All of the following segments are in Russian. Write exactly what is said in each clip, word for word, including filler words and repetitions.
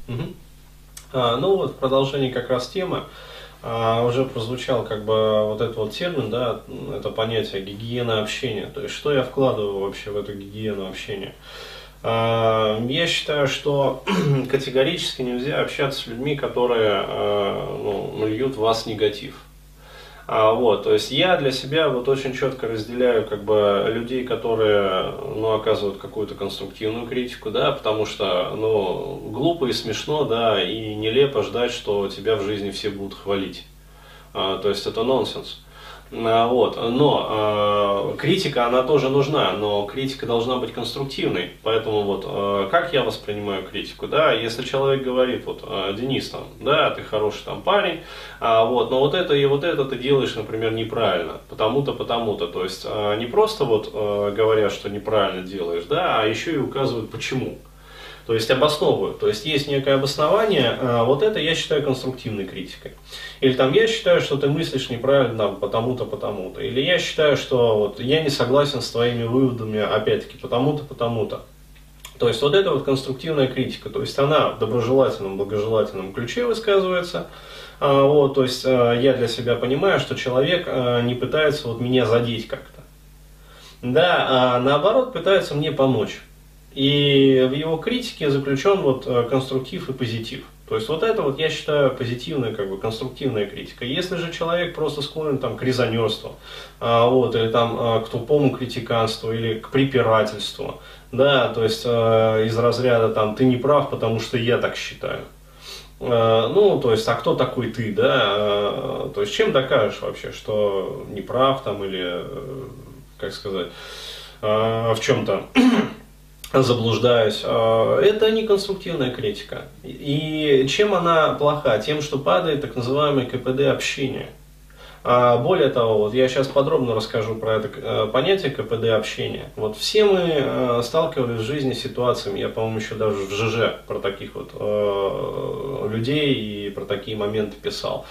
Мгм. А, ну вот, в продолжении как раз темы а, уже прозвучал как бы вот этот вот термин, да, это понятие гигиена общения. То есть, что я вкладываю вообще в эту гигиену общения? А, я считаю, что категорически нельзя общаться с людьми, которые а, ну, льют в вас негатив. А, вот, то есть я для себя вот очень четко разделяю как бы людей, которые ну, оказывают какую-то конструктивную критику, да, потому что ну, глупо и смешно, да, и нелепо ждать, что тебя в жизни все будут хвалить. А, то есть это нонсенс. А, вот. Но э, критика, она тоже нужна, но критика должна быть конструктивной. Поэтому вот э, как я воспринимаю критику, да, если человек говорит, вот, э, Денис, там, да, ты хороший там парень, а, вот, но вот это и вот это ты делаешь, например, неправильно, потому-то, потому-то. То есть э, не просто вот э, говорят, что неправильно делаешь, да, а еще и указывают почему. То есть обосновывают. То есть есть некое обоснование, а вот это я считаю конструктивной критикой. Или там я считаю, что ты мыслишь неправильно там, потому-то, потому-то. Или я считаю, что вот, я не согласен с твоими выводами, опять-таки, потому-то, потому-то. То есть вот это вот конструктивная критика. То есть она в доброжелательном, благожелательном ключе высказывается. А, вот, то есть а, я для себя понимаю, что человек а, не пытается вот, меня задеть как-то. Да, а наоборот пытается мне помочь. И в его критике заключен вот конструктив и позитив. То есть вот это вот я считаю позитивная, как бы конструктивная критика. Если же человек просто склонен там, к резонерству, а, вот, или там, а, к тупому критиканству, или к препирательству, да, то есть а, из разряда там ты не прав, потому что я так считаю. А, ну, то есть, а кто такой ты, да? А, то есть, чем докажешь вообще, что не прав там, или, как сказать, а, в чем-то заблуждаюсь, это не конструктивная критика. И чем она плоха? Тем, что падает так называемый ка пэ дэ общения. Более того, вот я сейчас подробно расскажу про это понятие ка пэ дэ общения. Вот все мы сталкивались в жизни с ситуациями, я, по-моему, еще даже в жэ жэ про таких вот людей и про такие моменты писал.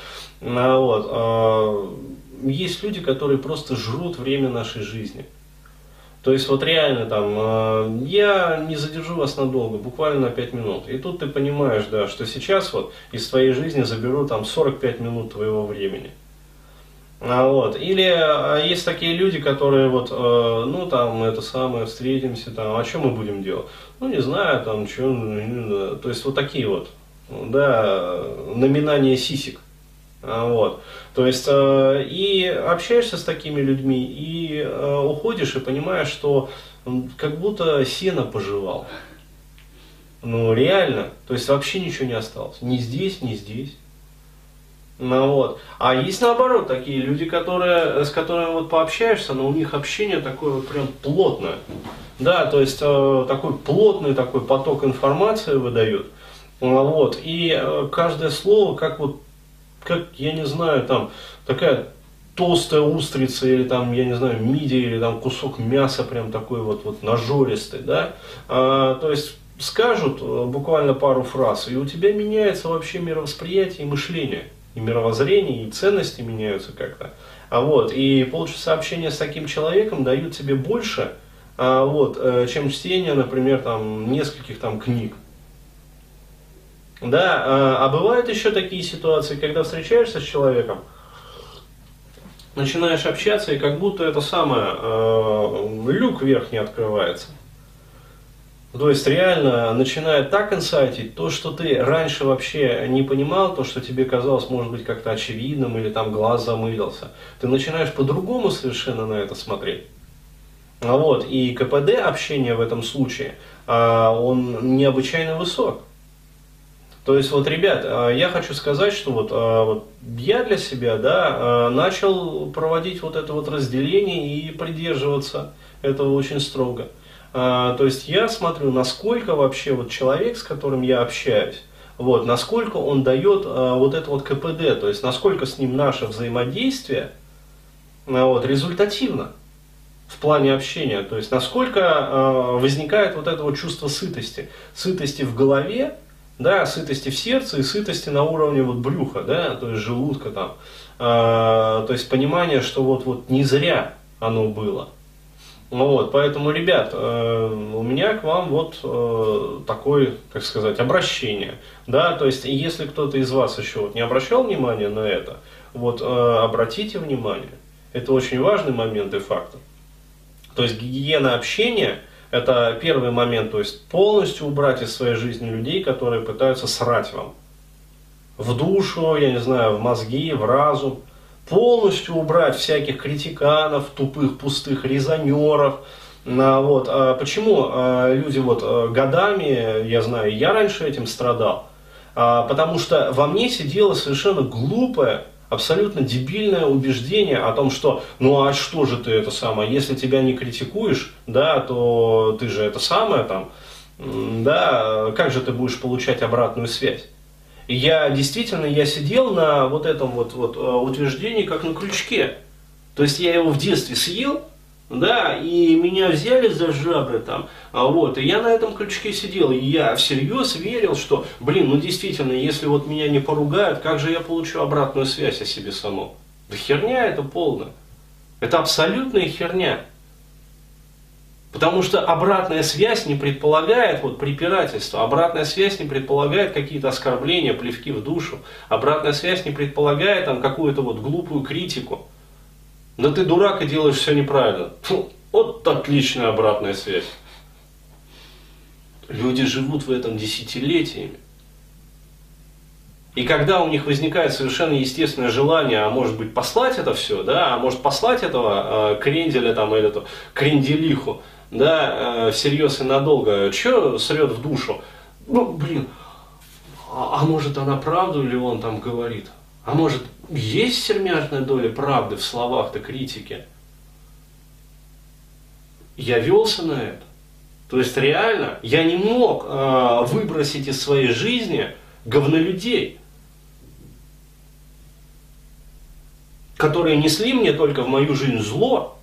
Вот. Есть люди, которые просто жрут время нашей жизни. То есть вот реально там, я не задержу вас надолго, буквально на пять минут. И тут ты понимаешь, да, что сейчас вот из твоей жизни заберу там сорок пять минут твоего времени. А вот. Или есть такие люди, которые вот, ну там это самое, встретимся, там, а что мы будем делать? Ну не знаю, там, что, то есть вот такие вот, да, наминание сисек. Вот. То есть, э, и общаешься с такими людьми, и э, уходишь, и понимаешь, что как будто сено пожевал. Ну, реально. То есть, вообще ничего не осталось. Ни здесь, ни здесь. Ну, вот. А есть наоборот такие люди, которые, с которыми вот пообщаешься, но у них общение такое вот прям плотное. Да, то есть, э, такой плотный такой поток информации выдают. Вот. И э, каждое слово, как вот как, я не знаю, там, такая толстая устрица, или там, я не знаю, мидия, или там кусок мяса прям такой вот, вот нажористый, да, а, то есть скажут буквально пару фраз, и у тебя меняется вообще мировосприятие и мышление, и мировоззрение, и ценности меняются как-то, а вот, и полчаса общения с таким человеком дают тебе больше, а, вот, чем чтение, например, там, нескольких там книг. Да, а, а бывают еще такие ситуации, когда встречаешься с человеком, начинаешь общаться, и как будто это самое, э, люк верхний открывается. То есть реально начинает так инсайтить то, что ты раньше вообще не понимал, то, что тебе казалось, может быть, как-то очевидным, или там глаз замылился. Ты начинаешь по-другому совершенно на это смотреть. Вот, и ка пэ дэ общения в этом случае, э, он необычайно высок. То есть, вот, ребят, я хочу сказать, что вот, вот я для себя, да, начал проводить вот это вот разделение и придерживаться этого очень строго. То есть, я смотрю, насколько вообще вот человек, с которым я общаюсь, вот, насколько он дает вот это вот ка пэ дэ, то есть, насколько с ним наше взаимодействие вот, результативно в плане общения, то есть, насколько возникает вот это вот чувство сытости, сытости в голове, да, сытости в сердце и сытости на уровне вот брюха, да, то есть желудка там, э, то есть понимание, что вот, вот не зря оно было. Ну вот, поэтому, ребят, э, у меня к вам вот э, такое, как сказать, обращение, да, то есть, если кто-то из вас еще вот не обращал внимания на это, вот, э, обратите внимание, это очень важный момент и фактор. То есть, гигиена общения – это первый момент, то есть, полностью убрать из своей жизни людей, которые пытаются срать вам в душу, я не знаю, в мозги, в разум. Полностью убрать всяких критиканов, тупых, пустых резонеров. Вот. А почему люди вот годами, я знаю, я раньше этим страдал, потому что во мне сидело совершенно глупое, абсолютно дебильное убеждение о том, что ну а что же ты это самое, если тебя не критикуешь, да, то ты же это самое там, да, как же ты будешь получать обратную связь? И я действительно, я сидел на вот этом вот, вот утверждении, как на крючке. То есть я его в детстве съел, да, и меня взяли за жабры там, вот, и я на этом крючке сидел, и я всерьез верил, что, блин, ну действительно, если вот меня не поругают, как же я получу обратную связь о себе самом? Да херня это полная. Это абсолютная херня. Потому что обратная связь не предполагает вот, препирательство, обратная связь не предполагает какие-то оскорбления, плевки в душу, обратная связь не предполагает там, какую-то вот глупую критику. Да ты дурак и делаешь все неправильно. Фу, вот отличная обратная связь. Люди живут в этом десятилетиями. И когда у них возникает совершенно естественное желание, а может быть послать это все, да, а может послать этого э, кренделя там, или эту кренделиху, да, э, всерьез и надолго, что срет в душу? Ну, блин, а, а может она правду или он там говорит? А может есть сермяжная доля правды в словах-то критики? Я велся на это. То есть реально я не мог э, выбросить из своей жизни говнолюдей, которые несли мне только в мою жизнь зло.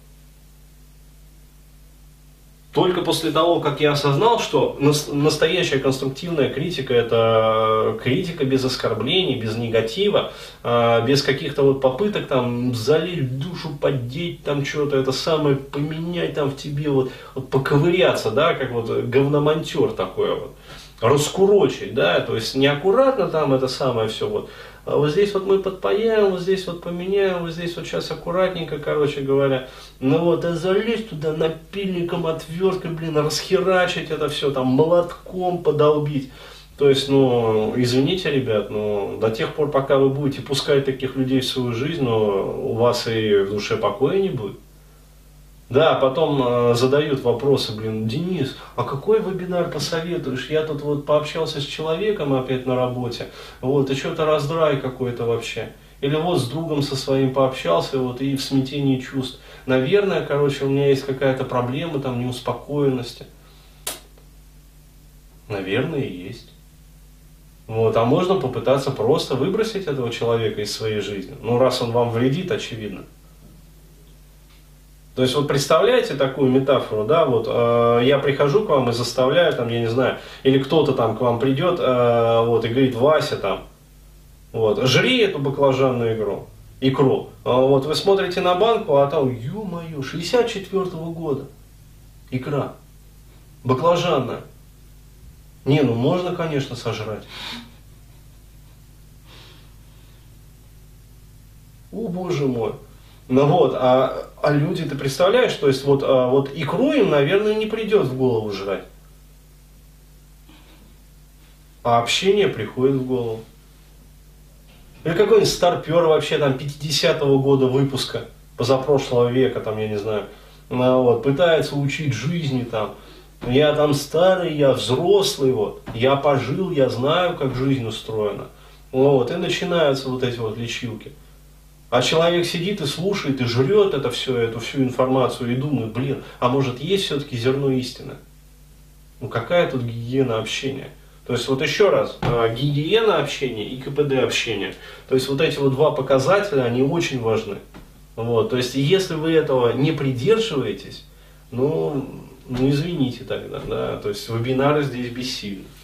Только после того, как я осознал, что настоящая конструктивная критика – это критика без оскорблений, без негатива, без каких-то вот попыток там залить душу, поддеть там что-то, это самое, поменять там в тебе, вот, вот поковыряться, да, как вот говномонтер такой вот, раскурочить, да, то есть неаккуратно там это самое все вот. А вот здесь вот мы подпаяем, вот здесь вот поменяем, вот здесь вот сейчас аккуратненько, короче говоря. Ну вот, а залезть туда напильником, отверткой, блин, расхерачить это все, там, молотком подолбить. То есть, ну, извините, ребят, но до тех пор, пока вы будете пускать таких людей в свою жизнь, ну, у вас и в душе покоя не будет. Да, потом э, задают вопросы, блин, Денис, а какой вебинар посоветуешь? Я тут вот пообщался с человеком опять на работе, вот, и что-то раздрай какой-то вообще. Или вот с другом со своим пообщался, вот, и в смятении чувств. Наверное, короче, у меня есть какая-то проблема, там, неуспокоенности. Наверное, и есть. Вот, а можно попытаться просто выбросить этого человека из своей жизни. Ну, раз он вам вредит, очевидно. То есть, вот представляете такую метафору, да, вот э, я прихожу к вам и заставляю, там, я не знаю, или кто-то там к вам придет, э, вот, и говорит, Вася, там, вот, жри эту баклажанную игру, икру. А вот вы смотрите на банку, а там, ё-моё, шестьдесят четвёртого года, икра, баклажанная. Не, ну можно, конечно, сожрать. О, боже мой. Ну вот, а, а люди, ты представляешь, то есть вот, а, вот икру им, наверное, не придет в голову жрать. А общение приходит в голову. Или какой-нибудь старпер вообще там пятидесятого года выпуска, позапрошлого века, там, я не знаю, ну, вот, пытается учить жизни там. Я там старый, я взрослый, вот, я пожил, я знаю, как жизнь устроена. Вот, и начинаются вот эти вот лечилки. А человек сидит и слушает, и жрет это все, эту всю информацию, и думает, блин, а может есть все-таки зерно истины? Ну какая тут гигиена общения? То есть вот еще раз, гигиена общения и КПД общения. То есть вот эти вот два показателя, они очень важны. Вот, то есть если вы этого не придерживаетесь, ну, ну извините тогда, да, то есть вебинары здесь бессильны.